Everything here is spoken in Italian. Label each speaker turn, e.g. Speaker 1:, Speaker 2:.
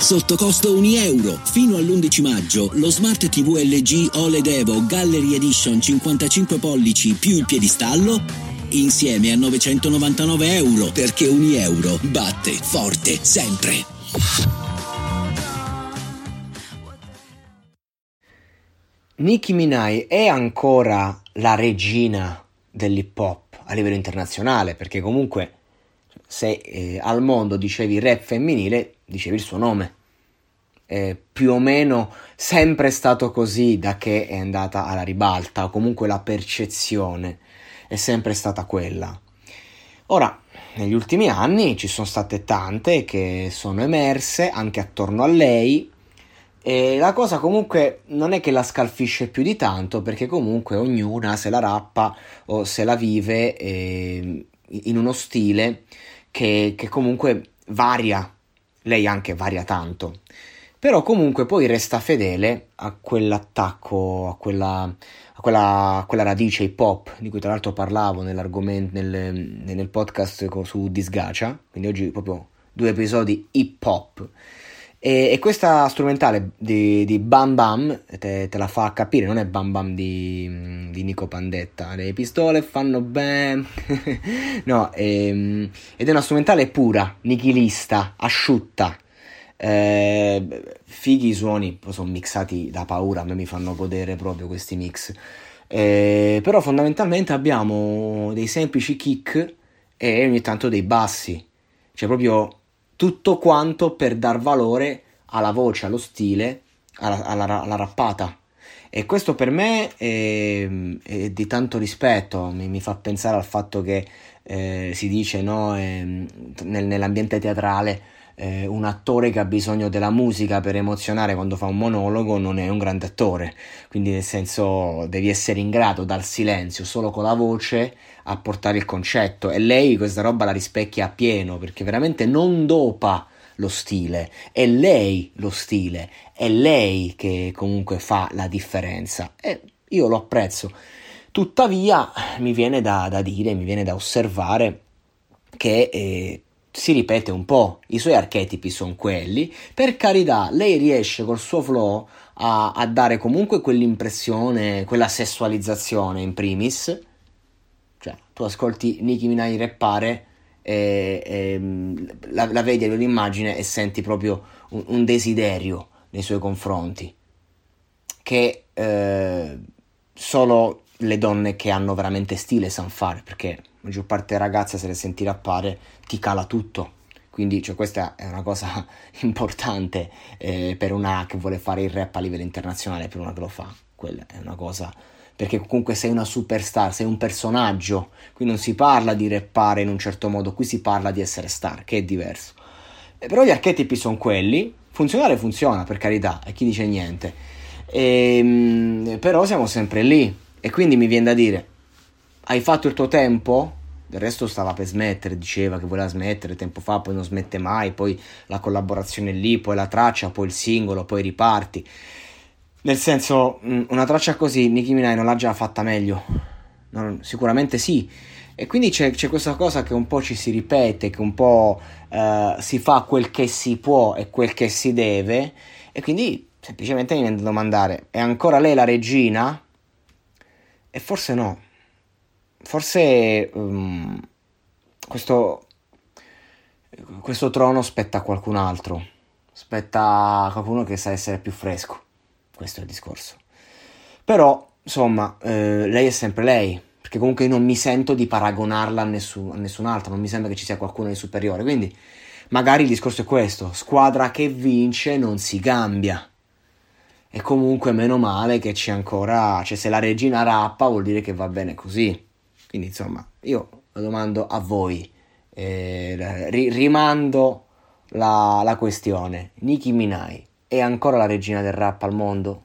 Speaker 1: sotto costo €1. Fino all'11 maggio lo Smart TV LG OLED Evo Gallery Edition 55 pollici più il piedistallo insieme a €999, perché €1 batte forte sempre.
Speaker 2: Nicki Minaj è ancora la regina dell'hip hop a livello internazionale, perché comunque se al mondo dicevi rap femminile, dicevi il suo nome. Più o meno sempre stato così da che è andata alla ribalta, o comunque la percezione è sempre stata quella. Ora, negli ultimi anni ci sono state tante che sono emerse anche attorno a lei, e la cosa comunque non è che la scalfisce più di tanto, perché comunque ognuna se la rappa o se la vive in uno stile che comunque varia, lei anche varia tanto, però comunque poi resta fedele a quell'attacco, a quella radice hip hop di cui tra l'altro parlavo nel podcast su Disgacia, quindi oggi proprio 2 episodi hip hop. E questa strumentale di Bam Bam te la fa capire, non è Bam Bam di Nico Pandetta, le pistole fanno bam, no, ed è una strumentale pura, nichilista, asciutta, fighi i suoni, poi sono mixati da paura, a me mi fanno godere proprio questi mix, però fondamentalmente abbiamo dei semplici kick e ogni tanto dei bassi, cioè proprio tutto quanto per dar valore alla voce, allo stile, alla rappata. E questo per me è di tanto rispetto, mi fa pensare al fatto che si dice, no, nell'ambiente teatrale, un attore che ha bisogno della musica per emozionare quando fa un monologo non è un grande attore, quindi nel senso devi essere in grado dal silenzio, solo con la voce, a portare il concetto, e lei questa roba la rispecchia appieno, perché veramente non dopa lo stile, è lei lo stile, è lei che comunque fa la differenza, e io lo apprezzo. Tuttavia mi viene da dire, mi viene da osservare che si ripete un po', i suoi archetipi sono quelli, per carità, lei riesce col suo flow a dare comunque quell'impressione, quella sessualizzazione in primis, cioè tu ascolti Nicki Minaj rappare la vedi all'immagine e senti proprio un desiderio nei suoi confronti che solo le donne che hanno veramente stile sanno fare, perché la maggior parte delle ragazze, se le senti rappare, ti cala tutto, quindi cioè, questa è una cosa importante per una che vuole fare il rap a livello internazionale, per una che lo fa, quella è una cosa, perché comunque sei una superstar, sei un personaggio, qui non si parla di rappare in un certo modo, qui si parla di essere star, che è diverso. Però gli archetipi sono quelli, funzionare funziona, per carità, e chi dice niente, però siamo sempre lì, e quindi mi viene da dire, hai fatto il tuo tempo? Del resto stava per smettere, diceva che voleva smettere tempo fa, poi non smette mai, poi la collaborazione lì, poi la traccia, poi il singolo, poi riparti. Nel senso, una traccia così Nicki Minaj non l'ha già fatta meglio? No, sicuramente sì. E quindi c'è questa cosa che un po' ci si ripete, che un po' si fa quel che si può e quel che si deve, e quindi semplicemente mi viene da domandare, è ancora lei la regina? E forse no. Forse questo trono spetta a qualcun altro, spetta a qualcuno che sa essere più fresco. Questo è il discorso. Però, insomma, lei è sempre lei, perché comunque io non mi sento di paragonarla a nessun altro, non mi sembra che ci sia qualcuno di superiore, quindi magari il discorso è questo, squadra che vince non si cambia, e comunque meno male che c'è ancora, cioè se la regina rappa vuol dire che va bene così, quindi insomma io lo domando a voi, rimando la questione, Nicki Minaj è ancora la regina del rap al mondo?